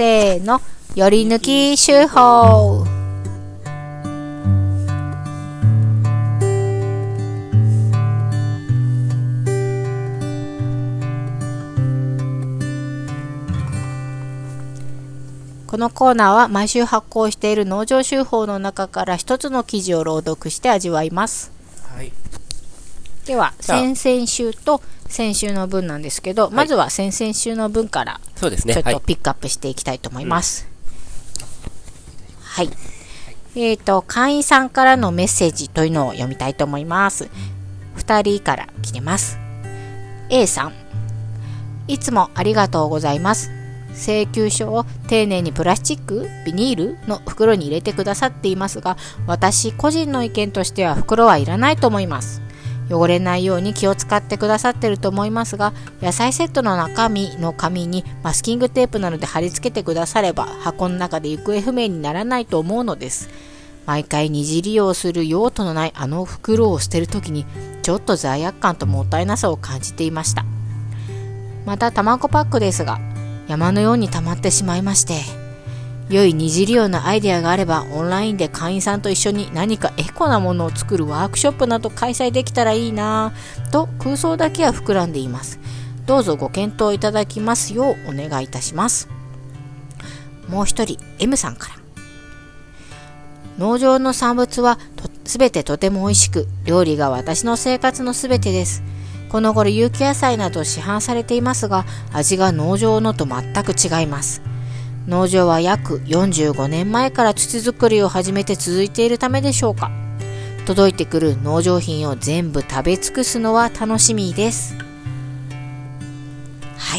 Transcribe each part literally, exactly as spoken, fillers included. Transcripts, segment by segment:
せーの、より抜き手法。このコーナーは毎週発行している農場手法の中から一つの記事を朗読して味わいます。 はい、 では先々週と先週の分なんですけど、はい、まずは先々週の分からちょっとピックアップしていきたいと思います。はい、はい、えっと会員さんからのメッセージというのを読みたいと思います。ふたりから来てます。 A さん、いつもありがとうございます。請求書を丁寧にプラスチック、ビニールの袋に入れてくださっていますが、私個人の意見としては袋はいらないと思います。汚れないように気を使ってくださってると思いますが、野菜セットの中身の紙にマスキングテープなどで貼り付けてくだされば箱の中で行方不明にならないと思うのです。毎回二次利用する用途のないあの袋を捨てるときにちょっと罪悪感ともったいなさを感じていました。また卵パックですが、山のように溜まってしまいまして、良い二次利用のアイデアがあればオンラインで会員さんと一緒に何かエコなものを作るワークショップなど開催できたらいいなぁと空想だけは膨らんでいます。どうぞご検討いただきますようお願いいたします。もう一人 M さんから、農場の産物はすべてとても美味しく、料理が私の生活のすべてです。この頃有機野菜など市販されていますが、味が農場のと全く違います。農場は約よんじゅうごねんまえから土作りを始めて続いているためでしょうか。届いてくる農場品を全部食べ尽くすのは楽しみです。はい、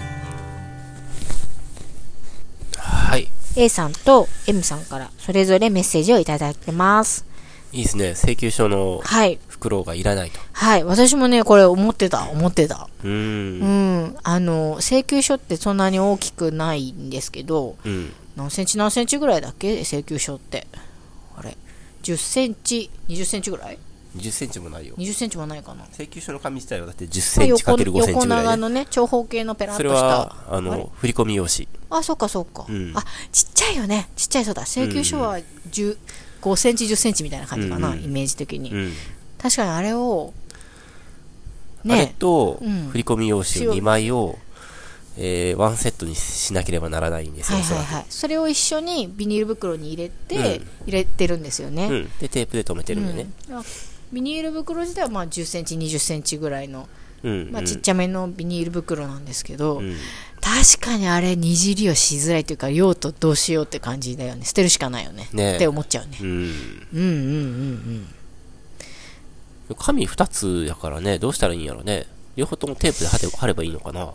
はい、 A さんと M さんからそれぞれメッセージをいただいてます。 いいですね。請求書の袋がいらないと。 はい、はい、私もねこれ思ってた思ってた。 うーん、 うん、あの請求書ってそんなに大きくないんですけど、うん、何センチ何センチぐらいだっけ請求書って。あれじゅっセンチにじゅっセンチぐらい。 にじゅっセンチもないよ。 にじゅっセンチもないかな。 請求書の紙自体はだってじゅっセンチかけるごセンチぐらい、ね、 横長のね長方形のペラッとした。 それはあの振り込み用紙。 あ、そうかそうか、うん、あ、ちっちゃいよね。ちっちゃい。そうだ、請求書はじゅうごセンチじゅっセンチみたいな感じかな、うん、イメージ的に、うん、確かにあれをね、あれと振り込み用紙にまいを、えー、ワンセットにしなければならないんですよ。 はいはいはい、それを一緒にビニール袋に入れて、うん、入れてるんですよね、うん、 でテープで留めてるんでね、 うん、ビニール袋自体はまあじゅっセンチにじゅっセンチぐらいの、うんまあ、ちっちゃめのビニール袋なんですけど、うん、確かにあれ二次利用しづらいというか、用途どうしようって感じだよね。捨てるしかないよ ね, ねって思っちゃうね、うん、うんうんうんうん紙ふたつやからね、どうしたらいいんやろね。両方ともテープで貼れ貼ればいいのかな。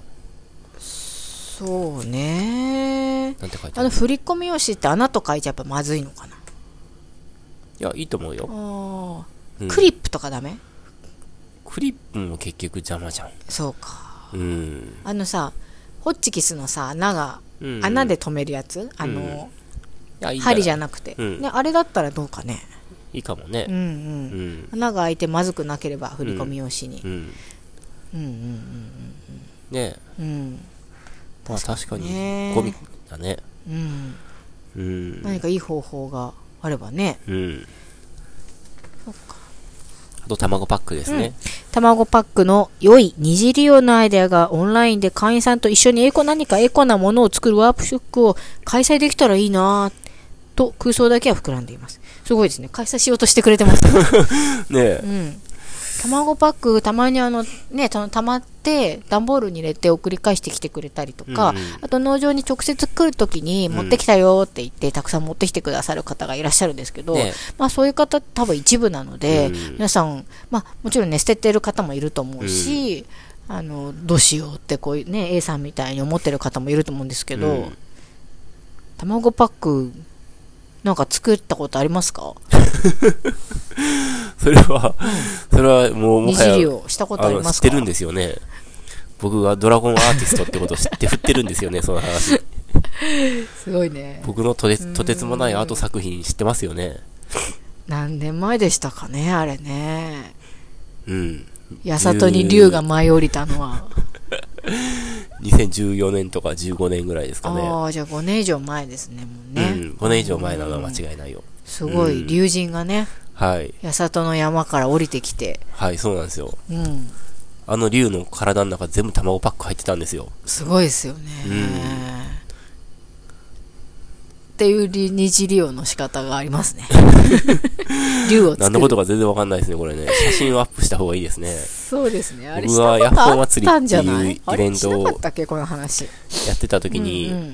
そうね。 なんて書いてある。 あの振り込み用紙って穴と書いちゃえばまずいのかな。いや、いいと思うよ。 あ、うん、クリップとかダメ？ クリップも結局邪魔じゃん。 そうか、 うん、 あのさホッチキスのさ穴が、うん、穴で留めるやつ、あの、うん、いやいい針じゃなくて、うんね、あれだったらどうかね。 いいかもね、 うんうんうん、穴が開いてまずくなければ振り込み用紙に、うん、うんうんうんうんねえ、うん、まあ確かにゴミだね、 うんうん、何かいい方法があればね、うん、そっか。 あと卵パックですね、うん、 卵パックの良い二次利用のアイデアがオンラインで会員さんと一緒にエコ何かエコなものを作るワークショップを開催できたらいいなと空想だけは膨らんでいます。すごいですね。開催しようとしてくれてますねえ、 うん、卵パックたまにあのねたまって段ボールに入れて送り返してきてくれたりとか、うんうん、あと農場に直接来るときに持ってきたよって言って、うん、たくさん持ってきてくださる方がいらっしゃるんですけど、ね、まあそういう方多分一部なので、うん、皆さんまあもちろんね捨ててる方もいると思うし、うん、あのどうしようってこういうね A さんみたいに思ってる方もいると思うんですけど、うん、卵パックなんか作ったことありますか？ それは、うん、それはもうもはや二次利用したことありますか？ 知ってるんですよね。僕がドラゴンアーティストってことを知って振ってるんですよね、その話。 すごいね。 僕のとてとてつもないアート作品知ってますよね。 何年前でしたかね、あれね。 うん。 八里に竜が舞い降りたのは。 にせんじゅうよねんとかじゅうごねんぐらいですかね。 ああ、じゃあごねん以上前ですね、もうね。 うん、ごねん以上前なのは間違いないよ。 すごい、龍神がね、 はい。 八里の山から降りてきて。 はい、そうなんですよ。 うん。 あの龍の体の中全部卵パック入ってたんですよ。 すごいですよね。うん。っていう日利用の仕方がありますね。龍を作る。 何のことか全然わかんないですね、これね。写真をアップした方がいいですね。 そうですね。あれ僕はヤッホー祭りっていうイベントをやってた時に、うんうん、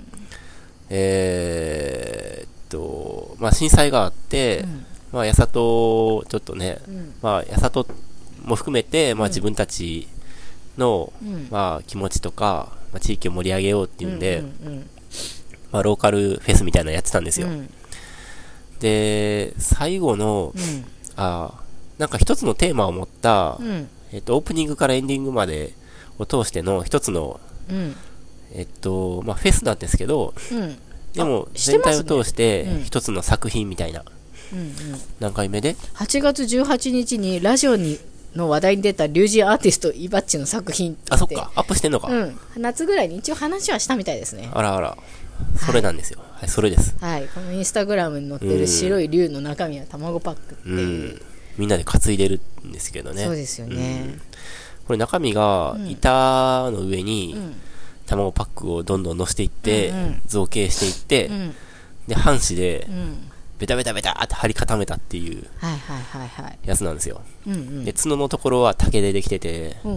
えー、っと、まあ震災があって、うん、まあ八里、ちょっとね、うん、まあ八里も含めて、まあ自分たちの、うん、まあ気持ちとか、まあ、地域を盛り上げようっていうんで、うんうんうん、まあローカルフェスみたいなのやってたんですよ。うん、で、最後の、うん、あなんか一つのテーマを持った、うん、えっと、オープニングからエンディングまでを通しての一つの、うん、えっと、まあフェスなんですけど、うん、でも全体を通して一つの作品みたいな、うんうん、何回目ではちがつじゅうはちにちにラジオにの話題に出た龍神アーティストイバッチの作品って、 あ、そっか、アップしてんのか、 うん、夏ぐらいに一応話はしたみたいですね。 あらあら、それなんですよ。はい、はい、それです。 はい、このインスタグラムに載ってる白い龍の中身は卵パックっていう、うん、 みんなで担いでるんですけどね。 そうですよね。うん、 これ中身が板の上に卵パックをどんどん乗せていって、うんうん、造形していって、うん、で半紙でベタベタベタって貼り固めたっていうやつなんですよ。で角のところは竹でできてて、うん、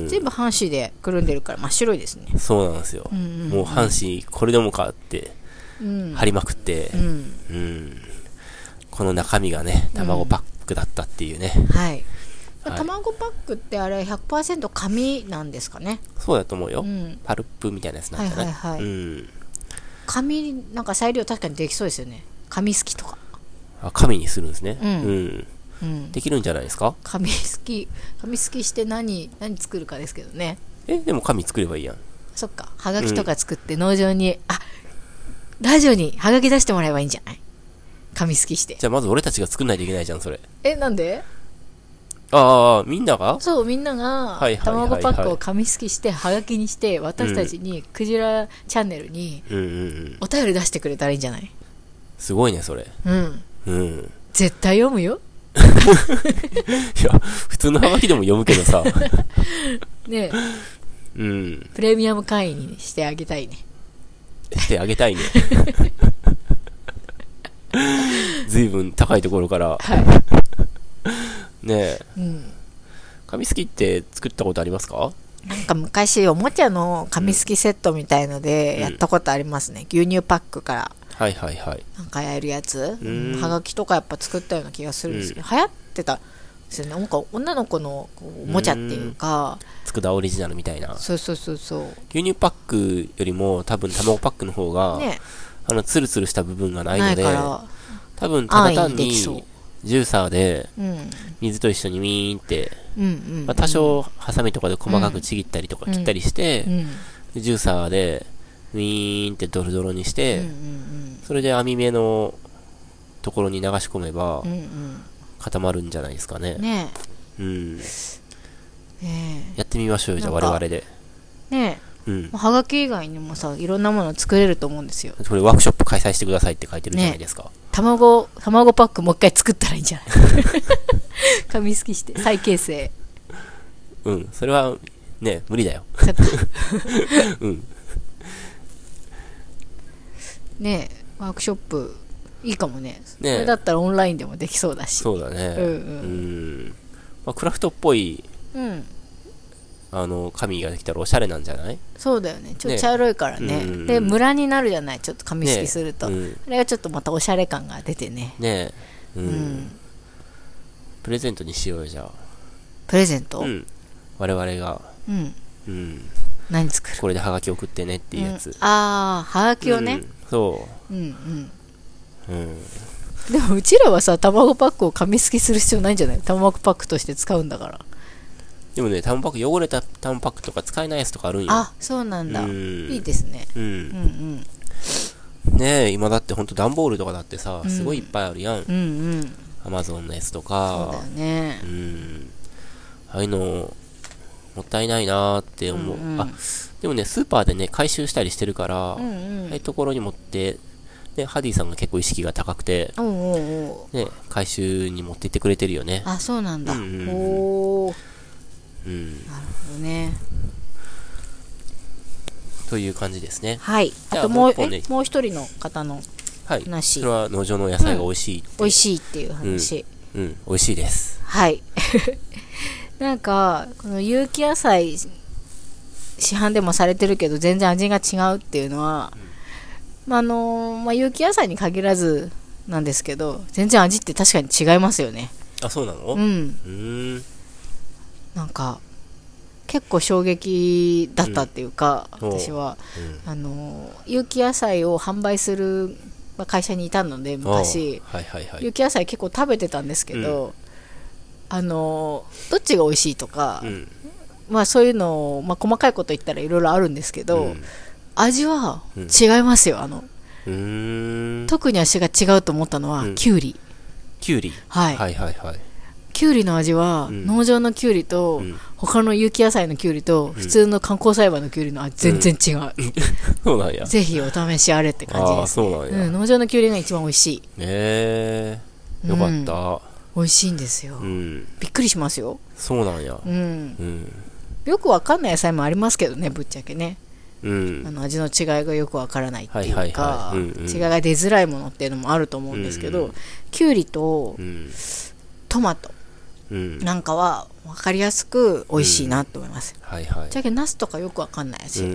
全部半紙でくるんでるから真っ白いですね。 そうなんですよ。うんうんうん、もう半紙これでもかって貼りまくって、うんうん、この中身がね卵パックだったっていうね。 うん、はい。卵パックってあれ ひゃくパーセント 紙なんですかね。 そうだと思うよ。うん、パルップみたいなやつなんじゃない？はいはいはい。うん、 紙なんか裁量確かにできそうですよね。紙すきとか。 あ、紙にするんですね。うん。うんうん、できるんじゃないですか？ 紙すき、紙すきして何何作るかですけどね。 え、でも紙作ればいいやん。 そっか。はがきとか作って農場に、うん、あ、ラジオにはがき出してもらえばいいんじゃない？紙すきして。 じゃあまず俺たちが作んないといけないじゃんそれ。 え、なんで？ ああ、みんなが？ そう、みんなが卵パックを紙すきしてはがきにして私たちに、うん、クジラチャンネルにお便り出してくれたらいいんじゃない？ すごいねそれ。うん。うん。 絶対読むよ。 いや普通のハガキでも読むけどさ。 ねえ。うん。プレミアム会員にしてあげたいね。 してあげたいね。ずいぶん高いところから。はい。ねえ。うん。紙すきって作ったことありますか？ なんか昔おもちゃの紙すきセットみたいのでやったことありますね。うん、牛乳パックから。 はいはいはい。 なんかやるやつ、うん、はがきとかやっぱ作ったような気がするんですけど、うん、流行ってたですよね。なんか女の子のおもちゃっていうか、 佃オリジナルみたいな。 そうそうそうそう。 牛乳パックよりも多分卵パックの方が、ね、あのツルツルした部分がないので、多分ただ単にジューサーで水と一緒にウィーンって、うんうんまあ、多少ハサミとかで細かくちぎったりとか切ったりして、うんうん、ジューサーでウィーンってドロドロにして、うんうんうん、それで網目のところに流し込めば、うんうん、固まるんじゃないですかね。ねえ。うん。ねえ。やってみましょうよ、じゃあ我々で。 ねえ。うん。はがき以外にもさ、いろんなもの作れると思うんですよ。 これワークショップ開催してくださいって書いてるじゃないですか。ね、 卵、卵パックもう一回作ったらいいんじゃない？紙すきして、再形成。 うん、それは、ね、無理だよ。うん。 ねえ、ワークショップいいかもね。ねそれだったらオンラインでもできそうだし。 そうだね。うんうん。うんまあ、クラフトっぽい、うん、あの紙ができたらおしゃれなんじゃない？ そうだよね。ちょっと茶色いからね。ねうんうん、でムラになるじゃない。ちょっと紙すきすると、ねうん、あれがちょっとまたおしゃれ感が出てね。ねえ、うん。うん、 プレゼントにしようよじゃあ。 プレゼント？ うん。我々が。うん。うん。 何作る？ これでハガキ送ってねっていうやつ。うん、 ああ、ハガキをね。うんそう。うんうん。 うん。でもうちらはさ、卵パックを紙すきする必要ないんじゃない？卵パックとして使うんだから。 でもね、卵パック、汚れた卵パックとか使えないやつとかあるんよ。 あ、そうなんだ。うんいいですね。うん。うんうん。ねえ、今だってほんと段ボールとかだってさ、すごいいっぱいあるやん。うんうん。アマゾンのやつとか。 そうだよね。 うん。ああいうの、 もったいないなーって思う、うんうん、あでもねスーパーでね回収したりしてるから、うんうん、そういうところに持ってでハディさんが結構意識が高くて、おうおうおうね、回収に持って行ってくれてるよね。 あ、そうなんだ。うんうんうん、おー、 うん、 なるほどね。 という感じですね。 はい。あともう、もう、ね、もう一人の方の話。はい。 それは農場の野菜が美味しいって、うん、 美味しいっていう話。 うん、うん、美味しいです。 はい。なんか、この有機野菜、市販でもされてるけど、全然味が違うっていうのは、うんまあのまあ、有機野菜に限らずなんですけど全然味って確かに違いますよね。 あ、そうなの？ うん。うーんなんか結構衝撃だったっていうか、うん、私は、うん、あの有機野菜を販売する会社にいたので昔、はいはいはい、有機野菜結構食べてたんですけど、うん、あのどっちが美味しいとか、うん、まあそういうのを、まあ、細かいこと言ったらいろいろあるんですけど、うん味は違いますよ、うん、あのうーん特に味が違うと思ったのは、うん、キュウリキュウリ、 はい、 はいはいはいキュウリの味は、うん、農場のキュウリと、うん、他の有機野菜のキュウリと、うん、普通の観光栽培のキュウリの味全然違う、うん、 そうなんやぜひお試しあれって感じです、ね、あそうなんや、 うん、農場のキュウリが一番美味しい。 へえー、よかった、 うん、美味しいんですよ、うん、びっくりしますよ。 そうなんや、 うんうん、よくわかんない野菜もありますけどねぶっちゃけね、うん、あの味の違いがよくわからないっていうか違いが出づらいものっていうのもあると思うんですけど、うん、きゅうりと、うん、トマトなんかは分かりやすく美味しいなと思います、うんはいはい、じゃけナスとかよくわかんないし、うんうん、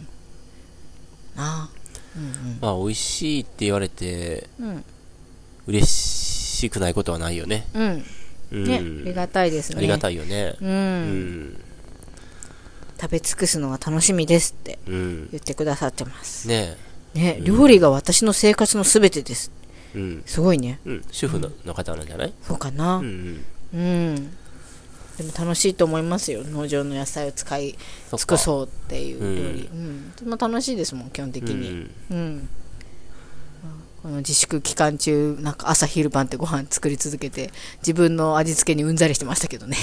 なあ、うんうん、 まあ美味しいって言われて、うん、嬉しくないことはないよね、 うんうん、ね、ありがたいですね。 ありがたいよね、 うんうん食べ尽くすのが楽しみですって言ってくださってます、 うん、ねえ、ね、うん、料理が私の生活のすべてです、うん、すごいね、 うん、主婦 の,、うん、の方なんじゃない？ そうかな、うんうん、うん、でも楽しいと思いますよ農場の野菜を使い尽くそうっていう料理、うんうん、でも楽しいですもん基本的に、うんうん、この自粛期間中なんか朝昼晩ってご飯作り続けて自分の味付けにうんざりしてましたけどね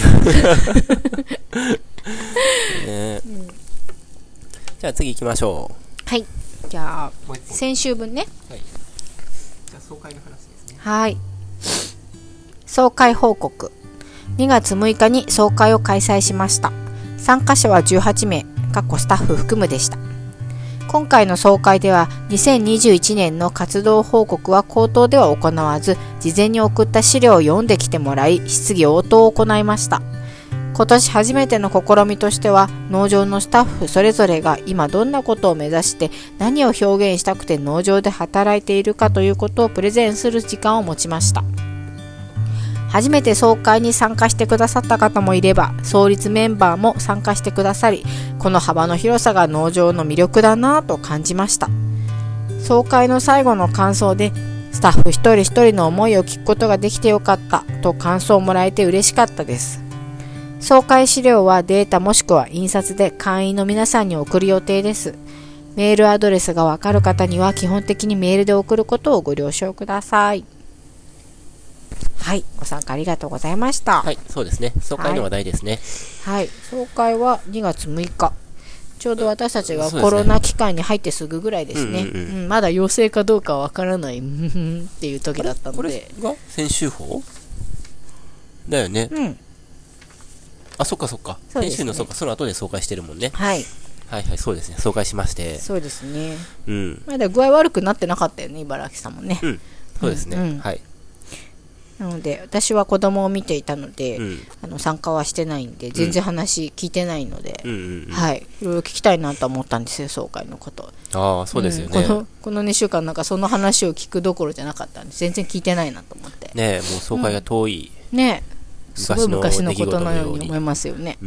ねうん、じゃあ次行きましょう。はい。じゃあ先週分ね。はい。 じゃあ総会の話ですね。 はい。総会報告。にがつむいかに総会を開催しました。参加者はじゅうはちめい、かっこスタッフ含むでした。今回の総会ではにせんにじゅういちねんの活動報告は口頭では行わず、事前に送った資料を読んできてもらい、質疑応答を行いました。今年初めての試みとしては農場のスタッフそれぞれが今どんなことを目指して何を表現したくて農場で働いているかということをプレゼンする時間を持ちました。初めて総会に参加してくださった方もいれば創立メンバーも参加してくださり、この幅の広さが農場の魅力だなぁと感じました。総会の最後の感想でスタッフ一人一人の思いを聞くことができてよかったと感想をもらえて嬉しかったです。総会資料はデータもしくは印刷で会員の皆さんに送る予定です。メールアドレスがわかる方には基本的にメールで送ることをご了承ください。はい、ご参加ありがとうございました。 はい、そうですね。総会の話題ですね。 はい、はい、総会はにがつむいか。ちょうど私たちがコロナ期間に入ってすぐぐらいですね。うんうんうんうん、まだ陽性かどうかわからないっていう時だったので。 これが先週報だよね。うん。あ、そっかそっか。ね、先週のそっか、その後で総会してるもんね。 はい。 はいはい、そうですね。総会しまして。 そうですね。 うん。 まだ具合悪くなってなかったよね、茨城さんもね。 うん。そうですね。うんうん、はい。 なので、私は子供を見ていたので、うん、あの参加はしてないんで、全然話聞いてないので、うんうんうん、はい。いろいろ聞きたいなと思ったんですよ、総会のこと。 ああ、そうですよね、 うん、この。このにしゅうかんなんかその話を聞くどころじゃなかったんで、全然聞いてないなと思って。 ねえ、もう総会が遠い。 うん、ねえ。すごい昔のことのように思いますよね。うん、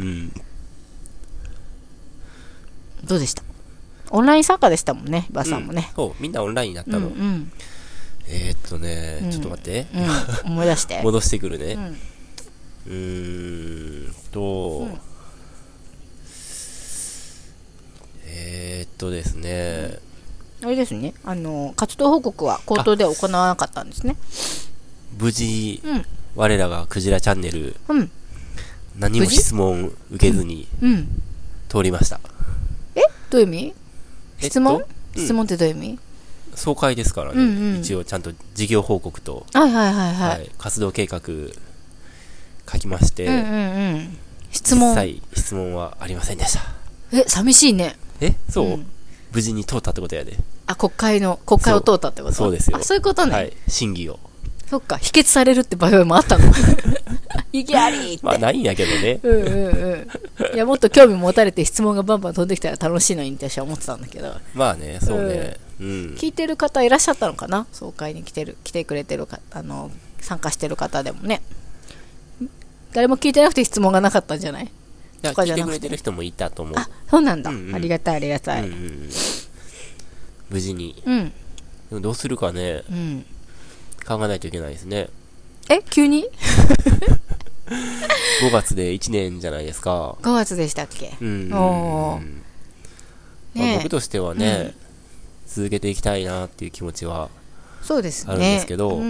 どうでした？オンライン参加でしたもんね、バーさんもね、 うん、そう、みんなオンラインになったの。うんうん、えー、っとね、うん、ちょっと待って、 うん、思い出して戻してくるね。うん、うーんと、うん、えー、っとですね、 あれですね、あの活動報告は口頭では行わなかったんですね。 無事、うん、我らがクジラチャンネル何も質問受けずに通りました。 えどういう意味？質問、えっと、質問ってどういう意味？ 総会ですからね、うんうん、一応ちゃんと事業報告と、 はいはいはいはいはい、 活動計画書きまして、 うんうんうん、質問実際質問はありませんでした。 え寂しいね。 えそう、うん、無事に通ったってことやで。 あ国会の国会を通ったってこと？ そうですよ。 あそういうことね。 はい審議を。 そっか否決されるって場合もあったの。意義ありって。 まあないんやけどね。 うんうんうん。いやもっと興味持たれて質問がバンバン飛んできたら楽しいのにって私は思ってたんだけど。 まあねそうね、うんうん、 聞いてる方いらっしゃったのかな、総会に来てる来てくれてるかあの参加してる方でもね。誰も聞いてなくて質問がなかったんじゃない？いや聞いてくれてる人もいたと思う。 あそうなんだ、うんうん、ありがたいありがたい、うんうん、 無事に、 うん、 でもどうするかね、うん、考えないといけないですね。 え急にごがつでいちねんじゃないですか。 ごがつでしたっけ？うん、 おー、まあ、僕としてはね、うん、続けていきたいなっていう気持ちはそうですねあるんですけど、 うんうんうん、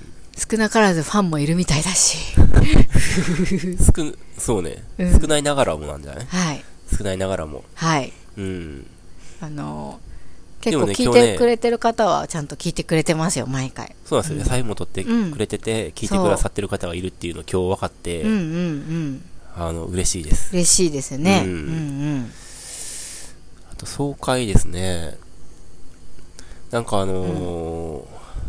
少なからずファンもいるみたいだし少そうね、うん、少ないながらもなんじゃない？はい、少ないながらもはい、 うん、 あの結構聞いてくれてる方はちゃんと聞いてくれてますよ毎回。 そうなんですよ、野菜も取ってくれてて、うん、聞いてくださってる方がいるっていうのを今日分かって、うんうんうん、あの嬉しいです。 嬉しいですね、うんうんうん、 あと総会ですね。なんかあのーうん、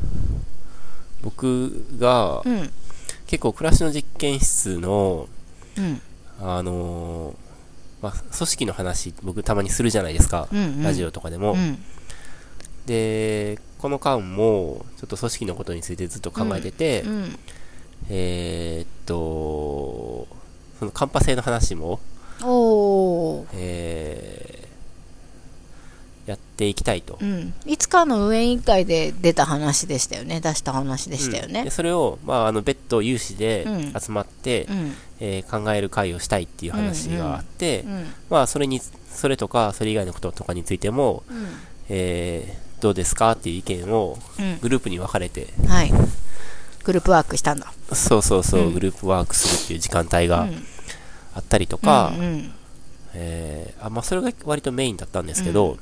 僕が、うん、結構暮らしの実験室の、うん、あのーまあ、組織の話僕たまにするじゃないですか、うんうん、ラジオとかでも、うん、でこの間もちょっと組織のことについてずっと考えてて、うんうん、えー、っとそのカンパ制の話もお、えー、やっていきたいと、うん、 いつかの運営委員会で出た話でしたよね。出した話でしたよね、 うん、でそれを、まあ、あの別途有志で集まって、うんうんえー、考える会をしたいっていう話があって、うんうんまあ、それにそれとかそれ以外のこととかについても、うんえー、どうですかっていう意見をグループに分かれて、 うんはい、グループワークしたんだ。 そうそうそう、うん、グループワークするっていう時間帯があったりとか、うんうんえーあまあ、それが割とメインだったんですけど、うん、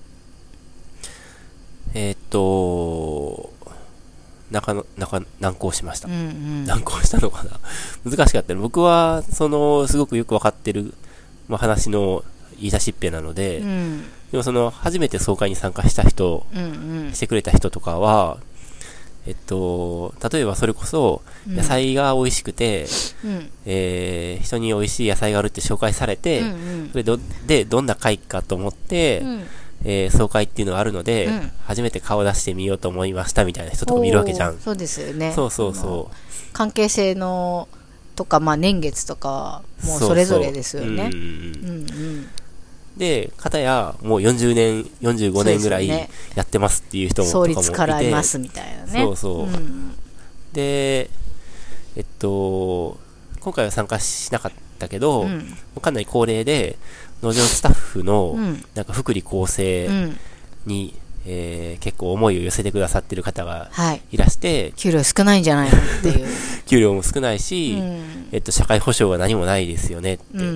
えー、っとなかなか難航しました、うんうん、難航したのかな難しかった。僕はそのすごくよく分かってる、まあ、話の言い出しっぺなので、うん、でもその初めて総会に参加した人、うんうん、してくれた人とかはえっと例えばそれこそ野菜が美味しくて、うんえー、人に美味しい野菜があるって紹介されて、うんうん、それどでどんな会かと思って、うんえー、総会っていうのがあるので、うん、初めて顔出してみようと思いましたみたいな人とかもいるわけじゃん。 そうですよね。 そうそうそう。 関係性のとか、まあ、年月とかもうそれぞれですよね。そうそううんうんうんで、片やもうよんじゅうねん、よんじゅうごねんぐらいやってますっていう人もとかもいて、創立からいますみたいなね。そうそう。うん、で、えっと、今回は参加しなかったけど、うん、かなり高齢で、農場スタッフのなんか福利厚生に、うんえー、結構思いを寄せてくださってる方がいらして、はい、 給料少ないんじゃないのっていう給料も少ないし、うんえっと、社会保障が何もないですよねって、うんうん、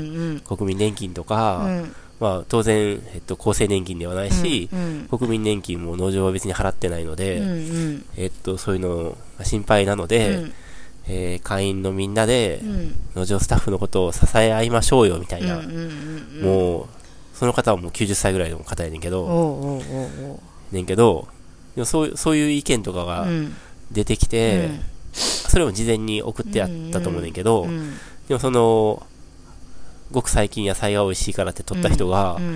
国民年金とか、うんまあ、当然、えっと、厚生年金ではないし、うんうん、国民年金も農場は別に払ってないので、うんうんえっと、そういうのが心配なので、うんえー、会員のみんなで、うん、農場スタッフのことを支え合いましょうよみたいな、うんうんうんうん、もうその方はもうきゅうじゅっさいぐらいの方やねんけどおうおうおうおうねんけどでもそう、そういう意見とかが出てきて、うん、それを事前に送ってやったと思うねんけど、うんうん、でもそのごく最近野菜が美味しいからって取った人が、うんうん、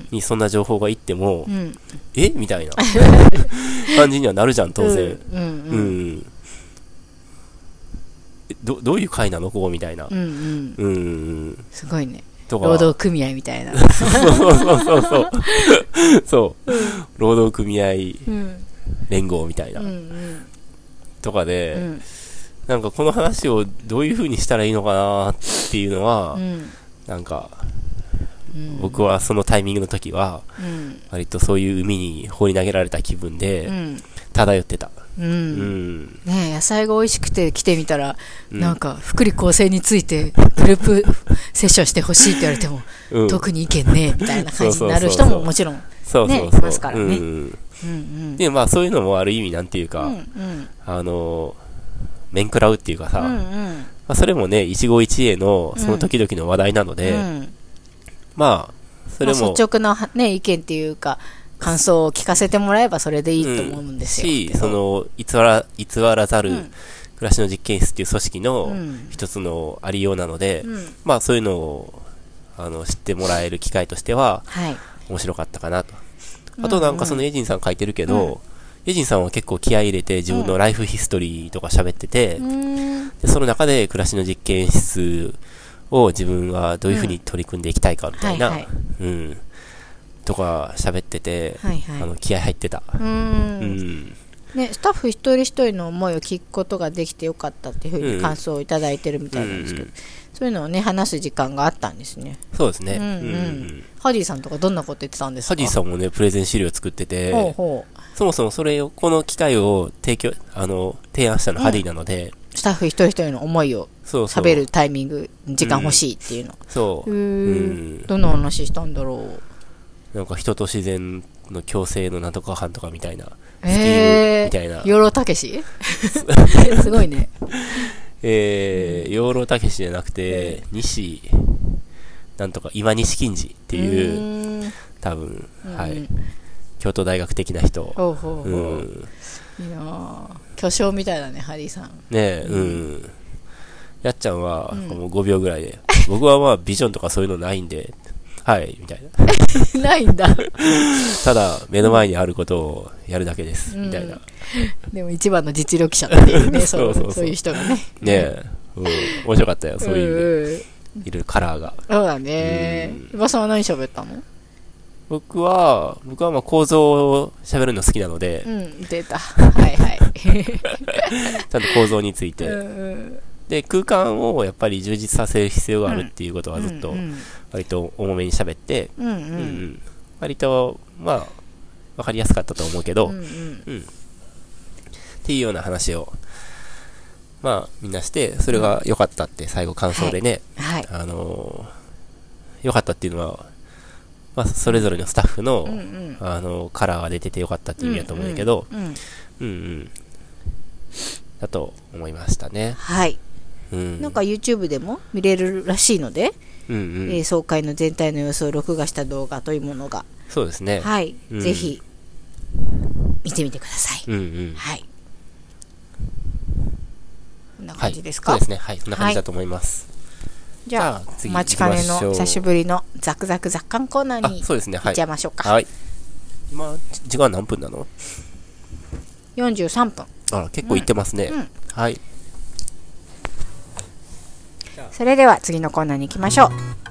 にそんな情報がいっても、うん、えみたいな感じにはなるじゃん当然、うんうんうんうんど, どういう会なのここみたいな、うんうんうん、 すごいね労働組合みたいなそうそうそうそうそう、うん、労働組合連合みたいな、うんうん、とかで、うん、なんかこの話をどういう風にしたらいいのかなっていうのは、うん、なんか、うん、僕はそのタイミングの時は、うん、割とそういう海に放り投げられた気分で、うん、漂ってたうん。うん、ね野菜が美味しくて来てみたら、うん、なんか、福利厚生についてグループセッションしてほしいって言われても、うん、特に意見ねえみたいな感じになる人ももちろん、ね、そうそうそういますからね。うんうんうん、で、まあそういうのもある意味なんていうか、うんうん、あの、面食らうっていうかさ、うんうんまあ、それもね、一期一会のその時々の話題なので、うん、まあ、それも。まあ、 率直な、ね、意見っていうか、感想を聞かせてもらえばそれでいいと思うんですよ。うん、 し、その、偽ら、偽らざる暮らしの実験室っていう組織の一つのありようなので、うん、まあそういうのを、あの、知ってもらえる機会としては、はい、面白かったかなと。あとなんかそのエジンさん書いてるけど、うん、エジンさんは結構気合い入れて自分のライフヒストリーとか喋ってて、うん、でその中で暮らしの実験室を自分はどういうふうに取り組んでいきたいかみたいな、うんはいはいうん、とか喋ってて、はいはい、あの気合入ってた。うんうんね、スタッフ一人一人の思いを聞くことができてよかったっていうふうに感想をいただいてるみたいなんですけど、うんうん、そういうのをね話す時間があったんですね。 そうですね、うんうんうん、ハディさんとかどんなこと言ってたんですか？ ハディさんもねプレゼン資料作ってて、ほうほうそもそもそれをこの機会を提供あの提案したのハディなので、うん、 スタッフ一人一人の思いを喋るタイミング時間欲しいっていうの、うん、そう、うん、どんな話したんだろう。なんか人と自然の共生のなんとか班とかみたいなえー、みたいな。 養老たけしすごいね。 えー、養老たけしじゃなくて、西、なんとか、今西金次っていう、う多分、はい、京都大学的な人。ほうほうほううん、 いいな巨匠みたいだね、ハリーさん。ねえ、うん。うん、やっちゃんは、もうごびょうぐらいで、うん、僕はまあビジョンとかそういうのないんで、はい、みたいな。ないんだ。 ただ、目の前にあることをやるだけです、うん、みたいな。 でも一番の実力者っていうね、そうそうそうそういう人がね。ねえ、うん、面白かったよ、そういう、いるカラーが。 そうだね。伊庭さんは何喋ったの？ 僕は、僕はまあ構造を喋るの好きなので。 うん、出た。はいはい。 ちゃんと構造について。うんで、空間をやっぱり充実させる必要があるっていうことはずっと、割と重めに喋って、うんうんうん、割と、まあ、わかりやすかったと思うけど、うんうんうん、っていうような話を、まあ、みんなして、それが良かったって最後感想でね、はいはい、あのー、良かったっていうのは、まあ、それぞれのスタッフの、うんうん、あのー、カラーが出てて良かったっていう意味だと思うんだけど、うんうん、うんうん、だと思いましたね。 はい。うん、なんか YouTube でも見れるらしいので、うんうんえー、総会の全体の様子を録画した動画というものがそうですねはい、うん、ぜひ見てみてください、うんうん、はいこんな感じですか？ はい、そうですねはいそんな感じだと思います、はい、 じゃあ次待ちかねの久しぶりのザクザク雑感コーナーに行っちゃいましょうか。 はい、今時間何分なの？ よんじゅうさんぷん。 あら結構いってますね、うんうん、はい。 それでは次のコーナーに行きましょう。